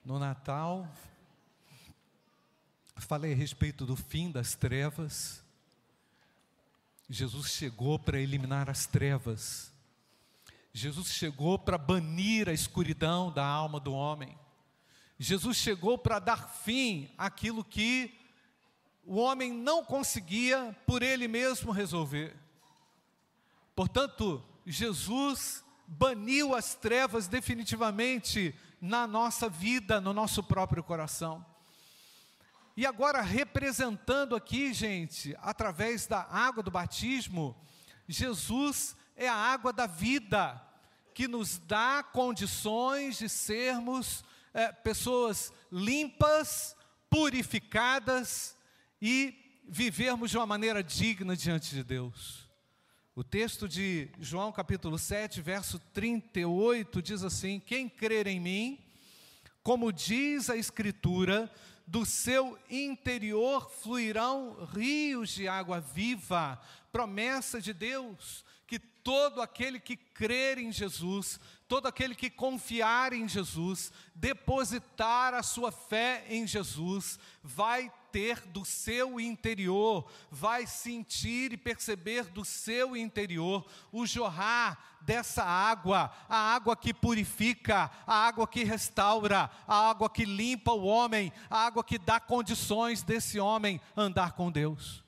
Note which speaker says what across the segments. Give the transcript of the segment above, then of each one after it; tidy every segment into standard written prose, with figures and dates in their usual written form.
Speaker 1: No Natal, falei a respeito do fim das trevas. Jesus chegou para eliminar as trevas. Jesus chegou para banir a escuridão da alma do homem. Jesus chegou para dar fim àquilo que o homem não conseguia por ele mesmo resolver. Portanto, Jesus baniu as trevas definitivamente na nossa vida, no nosso próprio coração. E agora, representando aqui, gente, através da água do batismo, Jesus é a água da vida, que nos dá condições de sermos pessoas limpas, purificadas e vivermos de uma maneira digna diante de Deus. O texto de João capítulo 7, verso 38 diz assim: quem crer em mim, como diz a Escritura, do seu interior fluirão rios de água viva. Promessa de Deus, que todo aquele que crer em Jesus, todo aquele que confiar em Jesus, depositar a sua fé em Jesus, vai ter do seu interior, vai sentir e perceber do seu interior o jorrar dessa água, a água que purifica, a água que restaura, a água que limpa o homem, a água que dá condições desse homem andar com Deus.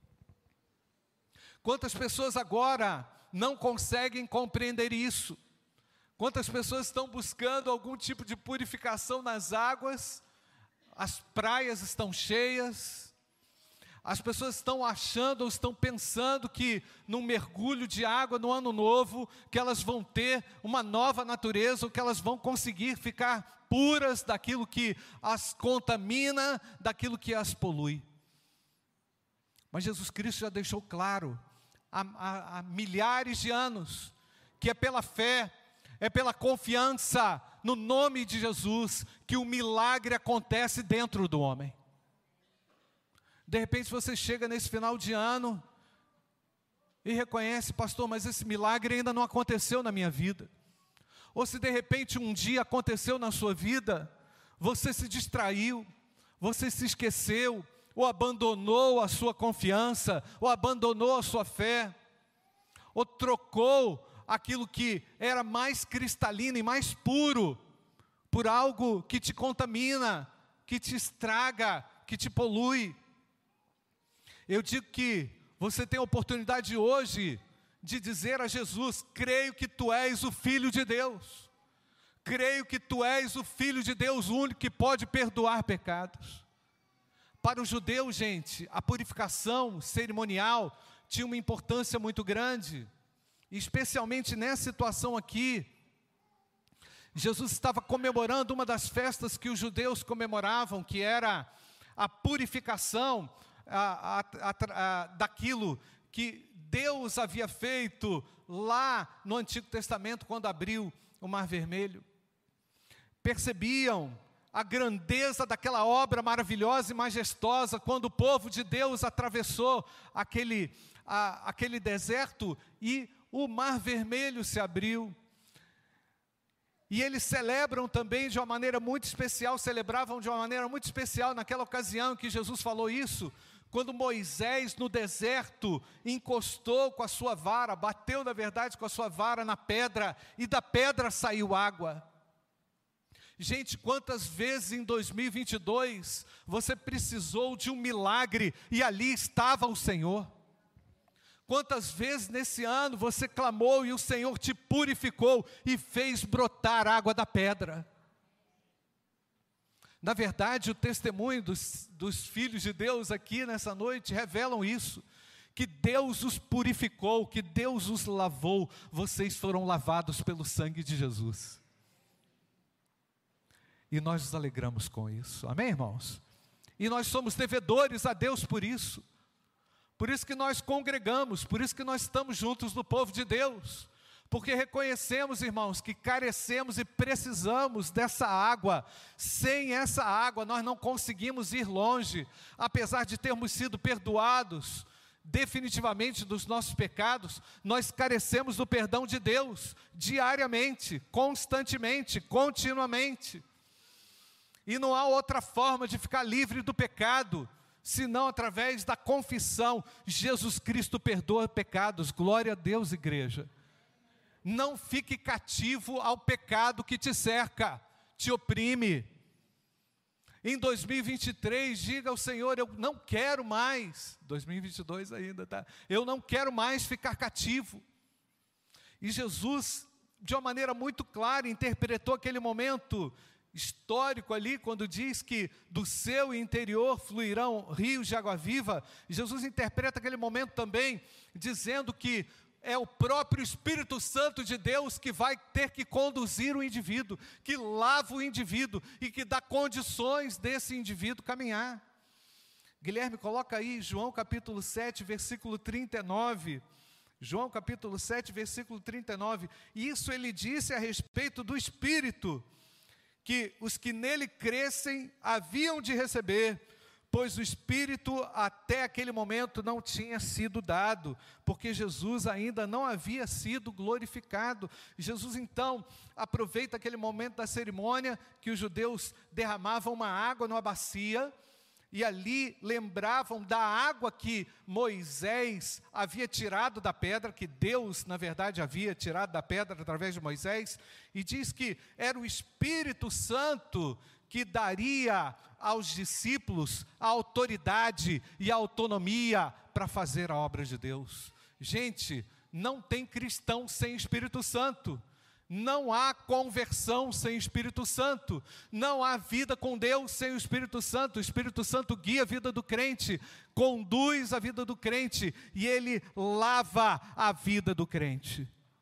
Speaker 1: Quantas pessoas agora não conseguem compreender isso? Quantas pessoas estão buscando algum tipo de purificação nas águas? As praias estão cheias, as pessoas estão achando ou estão pensando que num mergulho de água no ano novo, que elas vão ter uma nova natureza, ou que elas vão conseguir ficar puras daquilo que as contamina, daquilo que as polui. Mas Jesus Cristo já deixou claro, há milhares de anos, que é pela fé, é pela confiança no nome de Jesus que o milagre acontece dentro do homem. De repente você chega nesse final de ano e reconhece: pastor, mas esse milagre ainda não aconteceu na minha vida. Ou se de repente um dia aconteceu na sua vida, você se distraiu, você se esqueceu, ou abandonou a sua confiança, ou abandonou a sua fé, ou trocou aquilo que era mais cristalino e mais puro, por algo que te contamina, que te estraga, que te polui. Eu digo que você tem a oportunidade hoje de dizer a Jesus: creio que Tu és o Filho de Deus, creio que Tu és o Filho de Deus, o único que pode perdoar pecados. Para o judeu, gente, a purificação cerimonial tinha uma importância muito grande. Especialmente nessa situação aqui, Jesus estava comemorando uma das festas que os judeus comemoravam, que era a purificação daquilo que Deus havia feito lá no Antigo Testamento, quando abriu o Mar Vermelho. Percebiam a grandeza daquela obra maravilhosa e majestosa, quando o povo de Deus atravessou aquele deserto e o Mar Vermelho se abriu. E eles celebram também de uma maneira muito especial, celebravam de uma maneira muito especial naquela ocasião que Jesus falou isso, quando Moisés no deserto encostou com a sua vara, bateu na verdade com a sua vara na pedra, e da pedra saiu água. Gente, quantas vezes em 2022 você precisou de um milagre e ali estava o Senhor? Quantas vezes nesse ano você clamou e o Senhor te purificou e fez brotar água da pedra? Na verdade, o testemunho dos filhos de Deus aqui nessa noite revelam isso, que Deus os purificou, que Deus os lavou. Vocês foram lavados pelo sangue de Jesus. E nós nos alegramos com isso, amém, irmãos? E nós somos devedores a Deus por isso. Por isso que nós congregamos, por isso que nós estamos juntos no povo de Deus. Porque reconhecemos, irmãos, que carecemos e precisamos dessa água. Sem essa água nós não conseguimos ir longe. Apesar de termos sido perdoados definitivamente dos nossos pecados, nós carecemos do perdão de Deus diariamente, constantemente, continuamente. E não há outra forma de ficar livre do pecado, senão através da confissão. Jesus Cristo perdoa pecados, glória a Deus, igreja. Não fique cativo ao pecado que te cerca, te oprime. Em 2023, diga ao Senhor, eu não quero mais, 2022 ainda, tá? Eu não quero mais ficar cativo. E Jesus, de uma maneira muito clara, interpretou aquele momento histórico ali, quando diz que do seu interior fluirão rios de água viva. Jesus interpreta aquele momento também, dizendo que é o próprio Espírito Santo de Deus que vai ter que conduzir o indivíduo, que lava o indivíduo e que dá condições desse indivíduo caminhar. Guilherme, coloca aí João capítulo 7, versículo 39. João capítulo 7, versículo 39. Isso ele disse a respeito do Espírito, que os que nele crescem haviam de receber, pois o Espírito até aquele momento não tinha sido dado, porque Jesus ainda não havia sido glorificado. Jesus então aproveita aquele momento da cerimônia, que os judeus derramavam uma água numa bacia, e ali lembravam da água que Moisés havia tirado da pedra, que Deus, na verdade, havia tirado da pedra através de Moisés, e diz que era o Espírito Santo que daria aos discípulos a autoridade e a autonomia para fazer a obra de Deus. Gente, não tem cristão sem Espírito Santo. Não há conversão sem Espírito Santo, não há vida com Deus sem o Espírito Santo. O Espírito Santo guia a vida do crente, conduz a vida do crente, e ele lava a vida do crente.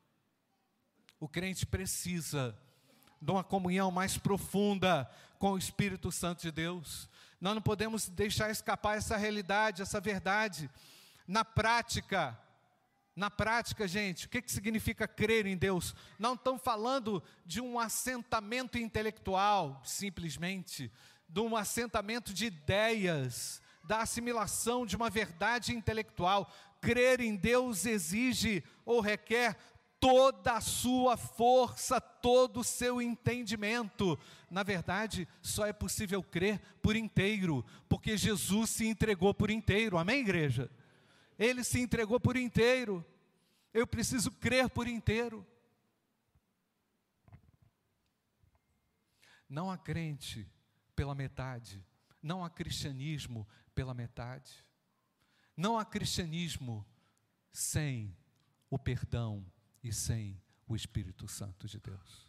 Speaker 1: O crente precisa de uma comunhão mais profunda com o Espírito Santo de Deus. Nós não podemos deixar escapar essa realidade, essa verdade. Na prática, gente, o que significa crer em Deus? Não estamos falando de um assentamento intelectual, simplesmente, de um assentamento de ideias, da assimilação de uma verdade intelectual. Crer em Deus exige ou requer toda a sua força, todo o seu entendimento. Na verdade, só é possível crer por inteiro, porque Jesus se entregou por inteiro. Amém, igreja? Ele se entregou por inteiro. Eu preciso crer por inteiro. Não há crente pela metade. Não há cristianismo pela metade. Não há cristianismo sem o perdão e sem o Espírito Santo de Deus.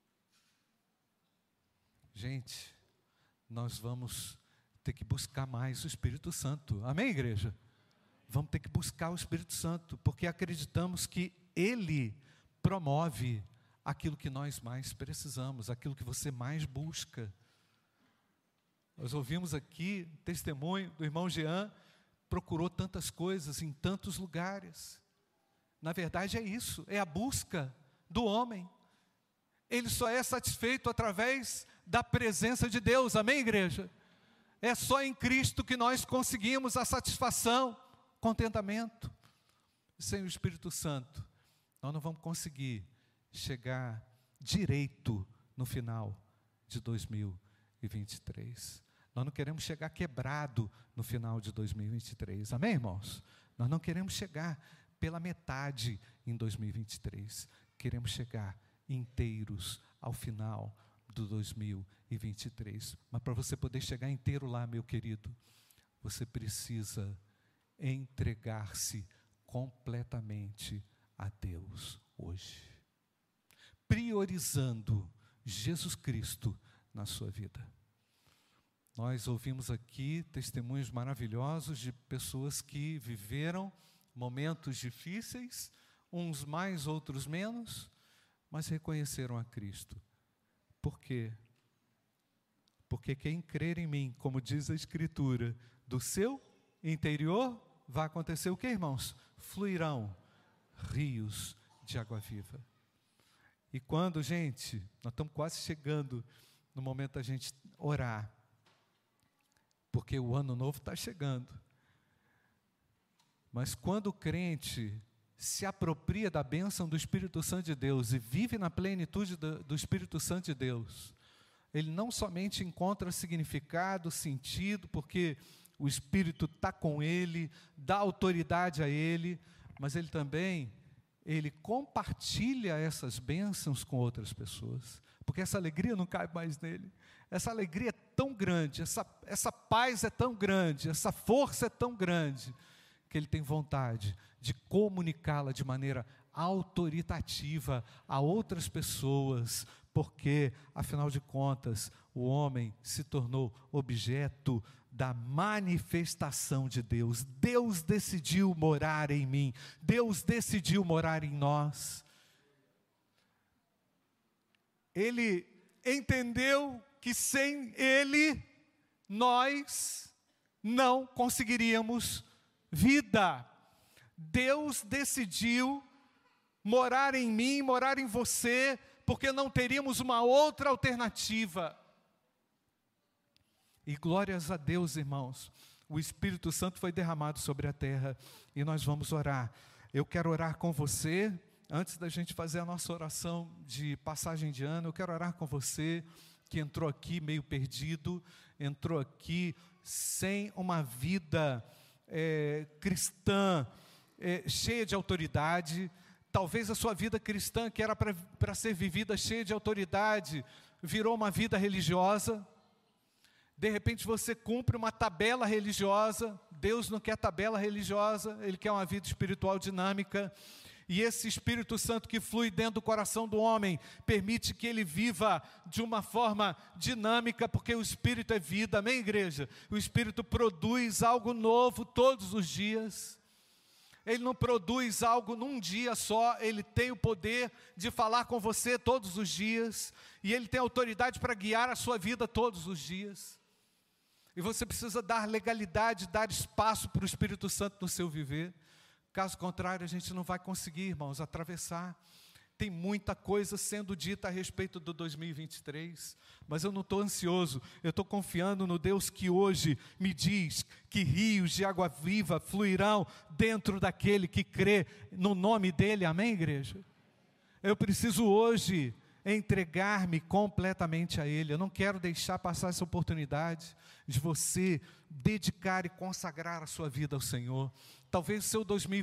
Speaker 1: Gente, nós vamos ter que buscar mais o Espírito Santo. Amém, igreja? Vamos ter que buscar o Espírito Santo, porque acreditamos que Ele promove aquilo que nós mais precisamos, aquilo que você mais busca. Nós ouvimos aqui o testemunho do irmão Jean, procurou tantas coisas em tantos lugares. Na verdade é isso, é a busca do homem. Ele só é satisfeito através da presença de Deus, amém, igreja? É só em Cristo que nós conseguimos a satisfação, contentamento. Sem o Espírito Santo, nós não vamos conseguir chegar direito no final de 2023. Nós não queremos chegar quebrado no final de 2023. Amém, irmãos? Nós não queremos chegar pela metade em 2023. Queremos chegar inteiros ao final do 2023. Mas para você poder chegar inteiro lá, meu querido, você precisa entregar-se completamente a Deus hoje, priorizando Jesus Cristo na sua vida. Nós ouvimos aqui testemunhos maravilhosos de pessoas que viveram momentos difíceis, uns mais, outros menos, mas reconheceram a Cristo. Por quê? Porque quem crer em mim, como diz a Escritura, do seu interior vai acontecer o que, irmãos? Fluirão rios de água viva. E quando, gente, nós estamos quase chegando no momento da gente orar, porque o ano novo está chegando. Mas quando o crente se apropria da bênção do Espírito Santo de Deus e vive na plenitude do Espírito Santo de Deus, ele não somente encontra significado, sentido, porque o Espírito está com ele, dá autoridade a ele, mas ele também, ele compartilha essas bênçãos com outras pessoas, porque essa alegria não cabe mais nele. Essa alegria é tão grande, essa paz é tão grande, essa força é tão grande, que ele tem vontade de comunicá-la de maneira autoritativa a outras pessoas, porque, afinal de contas, o homem se tornou objeto da manifestação de Deus. Deus decidiu morar em mim, Deus decidiu morar em nós. Ele entendeu que sem Ele, nós não conseguiríamos vida. Deus decidiu morar em mim, morar em você, porque não teríamos uma outra alternativa. E glórias a Deus, irmãos, o Espírito Santo foi derramado sobre a terra, e nós vamos orar. Eu quero orar com você, antes da gente fazer a nossa oração de passagem de ano, eu quero orar com você, que entrou aqui meio perdido, entrou aqui sem uma vida cristã, cheia de autoridade. Talvez a sua vida cristã, que era para ser vivida cheia de autoridade, virou uma vida religiosa. De repente você cumpre uma tabela religiosa. Deus não quer tabela religiosa, Ele quer uma vida espiritual dinâmica. E esse Espírito Santo que flui dentro do coração do homem, permite que ele viva de uma forma dinâmica, porque o Espírito é vida, amém, igreja? O Espírito produz algo novo todos os dias. Ele não produz algo num dia só, Ele tem o poder de falar com você todos os dias, e Ele tem autoridade para guiar a sua vida todos os dias. E você precisa dar legalidade, dar espaço para o Espírito Santo no seu viver. Caso contrário, a gente não vai conseguir, irmãos, atravessar. Tem muita coisa sendo dita a respeito do 2023, mas eu não estou ansioso, eu estou confiando no Deus que hoje me diz que rios de água viva fluirão dentro daquele que crê no nome dEle, amém, igreja? Eu preciso hoje entregar-me completamente a Ele. Eu não quero deixar passar essa oportunidade de você dedicar e consagrar a sua vida ao Senhor. Talvez o seu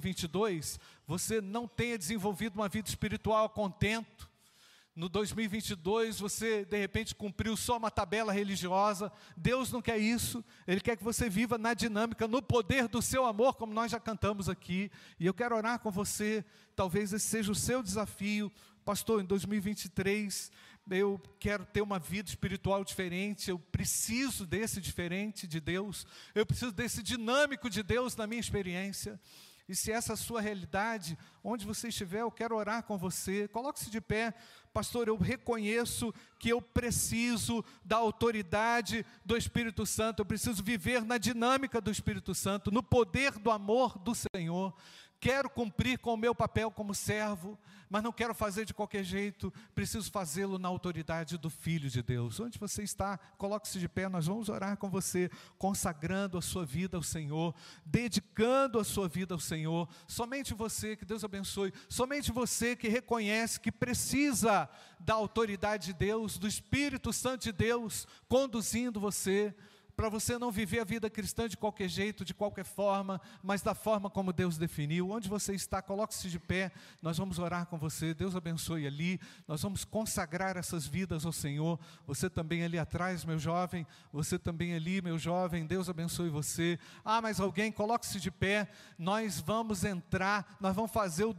Speaker 1: 2022, você não tenha desenvolvido uma vida espiritual a contento. No 2022, você de repente cumpriu só uma tabela religiosa. Deus não quer isso. Ele quer que você viva na dinâmica, no poder do seu amor, como nós já cantamos aqui. E eu quero orar com você. Talvez esse seja o seu desafio. Pastor, em 2023, eu quero ter uma vida espiritual diferente, eu preciso desse diferente de Deus, eu preciso desse dinâmico de Deus na minha experiência. E se essa é a sua realidade, onde você estiver, eu quero orar com você. Coloque-se de pé. Pastor, eu reconheço que eu preciso da autoridade do Espírito Santo, eu preciso viver na dinâmica do Espírito Santo, no poder do amor do Senhor. Quero cumprir com o meu papel como servo, mas não quero fazer de qualquer jeito, preciso fazê-lo na autoridade do Filho de Deus. Onde você está, coloque-se de pé, nós vamos orar com você, consagrando a sua vida ao Senhor, dedicando a sua vida ao Senhor. Somente você, que Deus abençoe, somente você que reconhece que precisa da autoridade de Deus, do Espírito Santo de Deus, conduzindo você, para você não viver a vida cristã de qualquer jeito, de qualquer forma, mas da forma como Deus definiu. Onde você está, coloque-se de pé, nós vamos orar com você. Deus abençoe ali, nós vamos consagrar essas vidas ao Senhor. Você também ali atrás, meu jovem, você também ali, meu jovem, Deus abençoe você. Mais alguém, coloque-se de pé, nós vamos entrar, nós vamos fazer o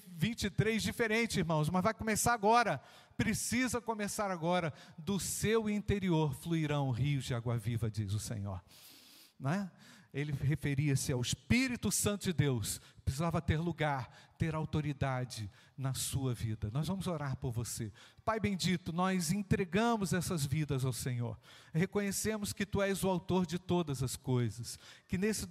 Speaker 1: 2023 diferente, irmãos, mas vai começar agora. Precisa começar agora. Do seu interior fluirão rios de água viva, diz o Senhor, não é? Ele referia-se ao Espírito Santo de Deus, precisava ter lugar, ter autoridade na sua vida. Nós vamos orar por você. Pai bendito, nós entregamos essas vidas ao Senhor, reconhecemos que Tu és o autor de todas as coisas, que nesse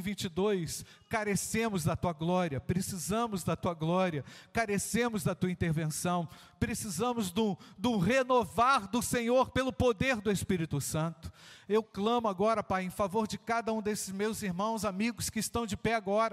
Speaker 1: 2022 carecemos da Tua glória, precisamos da Tua glória, carecemos da Tua intervenção, precisamos do renovar do Senhor pelo poder do Espírito Santo. Eu clamo agora, Pai, em favor de cada um desses meus irmãos, amigos que estão de pé agora.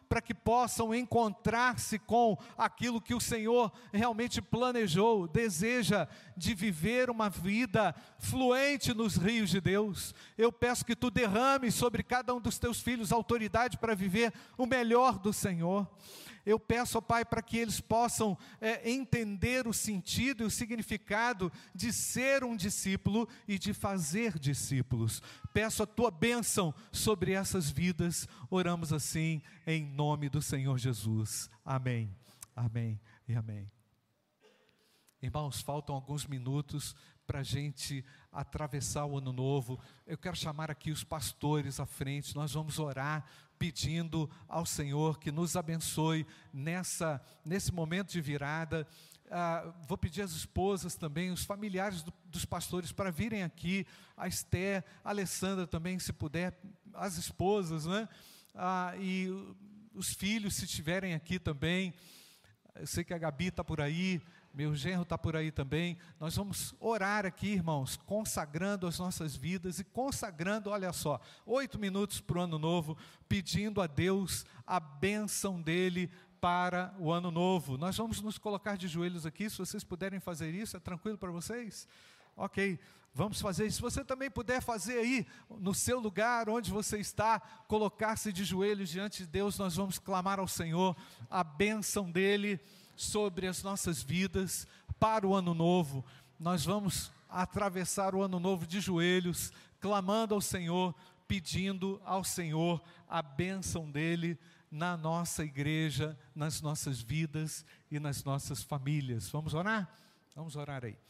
Speaker 1: para que possam encontrar-se com aquilo que o Senhor realmente planejou, deseja de viver uma vida fluente nos rios de Deus. Eu peço que tu derrames sobre cada um dos teus filhos autoridade para viver o melhor do Senhor. Eu peço, ó Pai, para que eles possam entender o sentido e o significado de ser um discípulo e de fazer discípulos. Peço a tua bênção sobre essas vidas. Oramos assim em nome do Senhor Jesus. Amém, amém e amém. Irmãos, faltam alguns minutos para a gente atravessar o ano novo. Eu quero chamar aqui os pastores à frente. Nós vamos orar pedindo ao Senhor que nos abençoe nesse momento de virada. Vou pedir às esposas também, os familiares dos pastores para virem aqui, a Esther, a Alessandra também, se puder, as esposas, né? E os filhos, se estiverem aqui também. Eu sei que a Gabi está por aí, meu genro está por aí também. Nós vamos orar aqui, irmãos, consagrando as nossas vidas e consagrando, olha só, 8 minutos para o ano novo, pedindo a Deus a bênção dEle para o ano novo. Nós vamos nos colocar de joelhos aqui, se vocês puderem fazer isso, é tranquilo para vocês? Ok, vamos fazer isso. Se você também puder fazer aí, no seu lugar, onde você está, colocar-se de joelhos diante de Deus, nós vamos clamar ao Senhor a bênção dEle sobre as nossas vidas para o ano novo. Nós vamos atravessar o ano novo de joelhos, clamando ao Senhor, pedindo ao Senhor a bênção dEle na nossa igreja, nas nossas vidas e nas nossas famílias. Vamos orar? Vamos orar aí.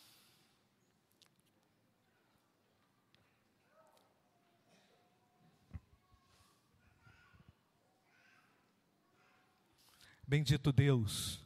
Speaker 1: Bendito Deus,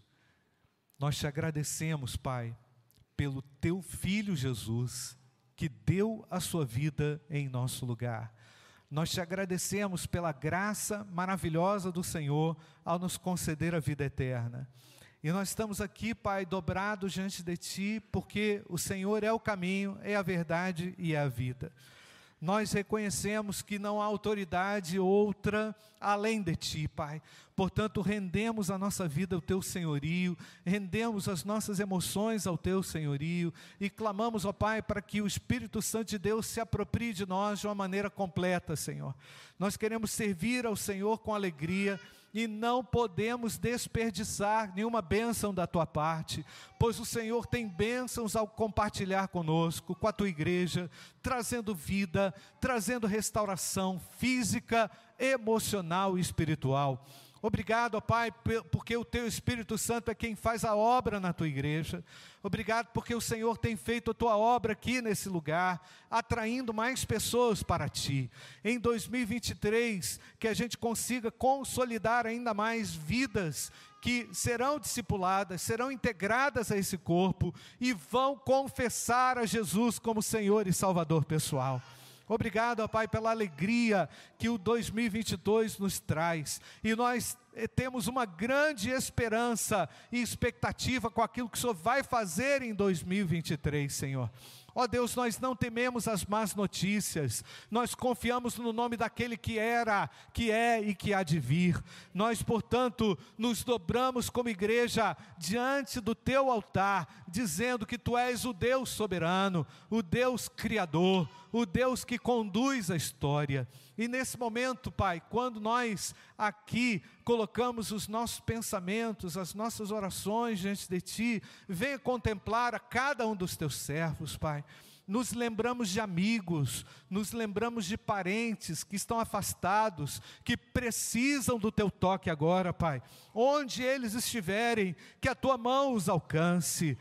Speaker 1: nós te agradecemos, Pai, pelo teu Filho Jesus, que deu a sua vida em nosso lugar. Nós te agradecemos pela graça maravilhosa do Senhor ao nos conceder a vida eterna. E nós estamos aqui, Pai, dobrados diante de Ti, porque o Senhor é o caminho, é a verdade e é a vida. Nós reconhecemos que não há autoridade outra além de Ti, Pai. Portanto, rendemos a nossa vida ao Teu senhorio, rendemos as nossas emoções ao Teu senhorio e clamamos, ó Pai, para que o Espírito Santo de Deus se aproprie de nós de uma maneira completa, Senhor. Nós queremos servir ao Senhor com alegria e não podemos desperdiçar nenhuma bênção da Tua parte, pois o Senhor tem bênçãos ao compartilhar conosco, com a Tua igreja, trazendo vida, trazendo restauração física, emocional e espiritual. Obrigado, ó Pai, porque o Teu Espírito Santo é quem faz a obra na Tua igreja. Obrigado porque o Senhor tem feito a Tua obra aqui nesse lugar, atraindo mais pessoas para Ti. Em 2023, que a gente consiga consolidar ainda mais vidas que serão discipuladas, serão integradas a esse corpo e vão confessar a Jesus como Senhor e Salvador pessoal. Obrigado, ó Pai, pela alegria que o 2022 nos traz. E nós temos uma grande esperança e expectativa com aquilo que o Senhor vai fazer em 2023, Senhor. Ó Deus, nós não tememos as más notícias, nós confiamos no nome daquele que era, que é e que há de vir. Nós, portanto, nos dobramos como igreja diante do Teu altar, dizendo que Tu és o Deus soberano, o Deus criador, o Deus que conduz a história. E nesse momento, Pai, quando nós aqui colocamos os nossos pensamentos, as nossas orações diante de Ti, venha contemplar a cada um dos Teus servos, Pai. Nos lembramos de amigos, nos lembramos de parentes que estão afastados, que precisam do Teu toque agora, Pai. Onde eles estiverem, que a Tua mão os alcance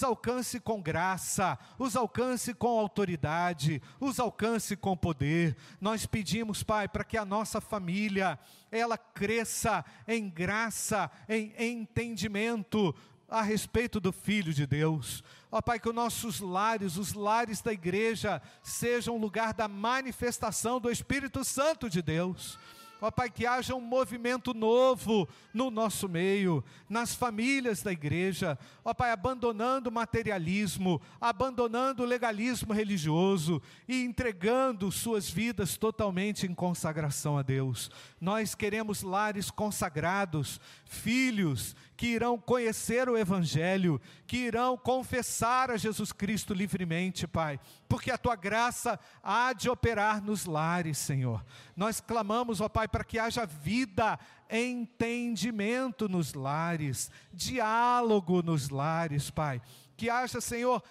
Speaker 1: com graça, os alcance com autoridade, os alcance com poder. Nós pedimos, Pai, para que a nossa família, ela cresça em graça, em entendimento a respeito do Filho de Deus. Ó Pai, que os nossos lares, os lares da igreja, sejam um lugar da manifestação do Espírito Santo de Deus. Ó Pai, que haja um movimento novo no nosso meio, nas famílias da igreja. Ó Pai, abandonando o materialismo, abandonando o legalismo religioso e entregando suas vidas totalmente em consagração a Deus. Nós queremos lares consagrados, filhos que irão conhecer o Evangelho, que irão confessar a Jesus Cristo livremente, Pai, porque a Tua graça há de operar nos lares, Senhor. Nós clamamos, ó Pai, para que haja vida, entendimento nos lares, diálogo nos lares, Pai. Que haja, Senhor,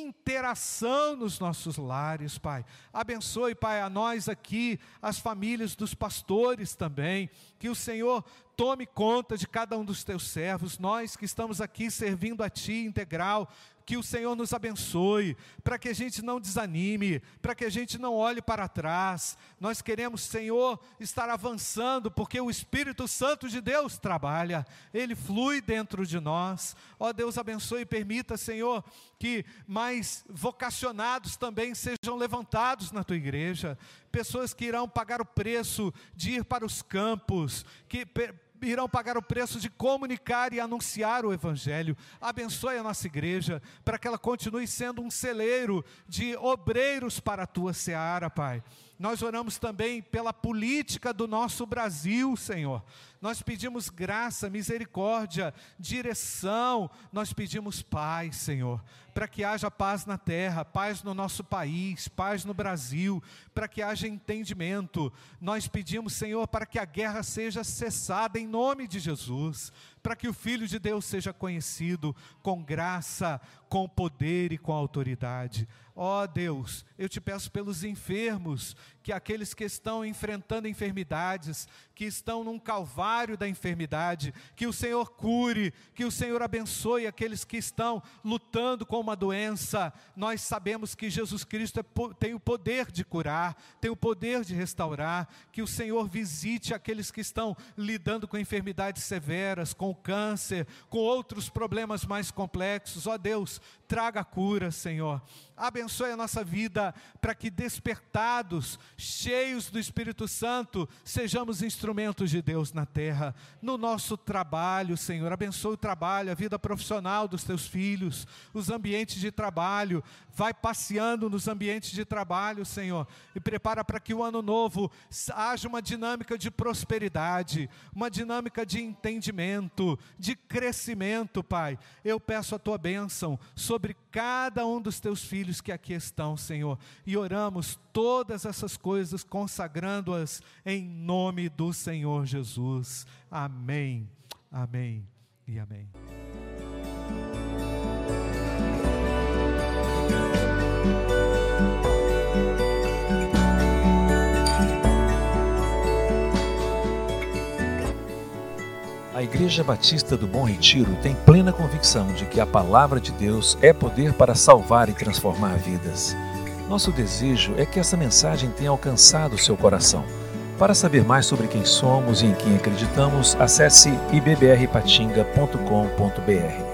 Speaker 1: interação nos nossos lares, Pai. Abençoe, Pai, a nós aqui, as famílias dos pastores também. Que o Senhor tome conta de cada um dos Teus servos. Nós que estamos aqui servindo a Ti integral, que o Senhor nos abençoe, para que a gente não desanime, para que a gente não olhe para trás. Nós queremos, Senhor, estar avançando, porque o Espírito Santo de Deus trabalha, Ele flui dentro de nós. Ó Deus, abençoe e permita, Senhor, que mais vocacionados também sejam levantados na Tua igreja, pessoas que irão pagar o preço de ir para os campos, que irão pagar o preço de comunicar e anunciar o Evangelho. Abençoe a nossa igreja, para que ela continue sendo um celeiro de obreiros para a Tua seara, Pai. Nós oramos também pela política do nosso Brasil, Senhor. Nós pedimos graça, misericórdia, direção. Nós pedimos paz, Senhor, para que haja paz na terra, paz no nosso país, paz no Brasil, para que haja entendimento. Nós pedimos, Senhor, para que a guerra seja cessada em nome de Jesus, para que o Filho de Deus seja conhecido com graça, com poder e com autoridade. Ó Deus, eu te peço pelos enfermos, que aqueles que estão enfrentando enfermidades, que estão num calvário da enfermidade, que o Senhor cure, que o Senhor abençoe aqueles que estão lutando com uma doença. Nós sabemos que Jesus Cristo tem o poder de curar, tem o poder de restaurar. Que o Senhor visite aqueles que estão lidando com enfermidades severas, com o câncer, com outros problemas mais complexos. Ó Deus, traga a cura, Senhor. Abençoe a nossa vida, para que despertados, cheios do Espírito Santo, sejamos instrumentos de Deus na terra. No nosso trabalho, Senhor, abençoe o trabalho, a vida profissional dos Teus filhos, os ambientes de trabalho. Vai passeando nos ambientes de trabalho, Senhor, e prepara para que o ano novo haja uma dinâmica de prosperidade, uma dinâmica de entendimento, de crescimento, Pai. Eu peço a Tua bênção sobre cada um dos Teus filhos que aqui estão, Senhor, e oramos todas essas coisas, consagrando-as em nome do Senhor Jesus. Amém, amém e amém.
Speaker 2: A Igreja Batista do Bom Retiro tem plena convicção de que a Palavra de Deus é poder para salvar e transformar vidas. Nosso desejo é que essa mensagem tenha alcançado o seu coração. Para saber mais sobre quem somos e em quem acreditamos, acesse ibbrpatinga.com.br.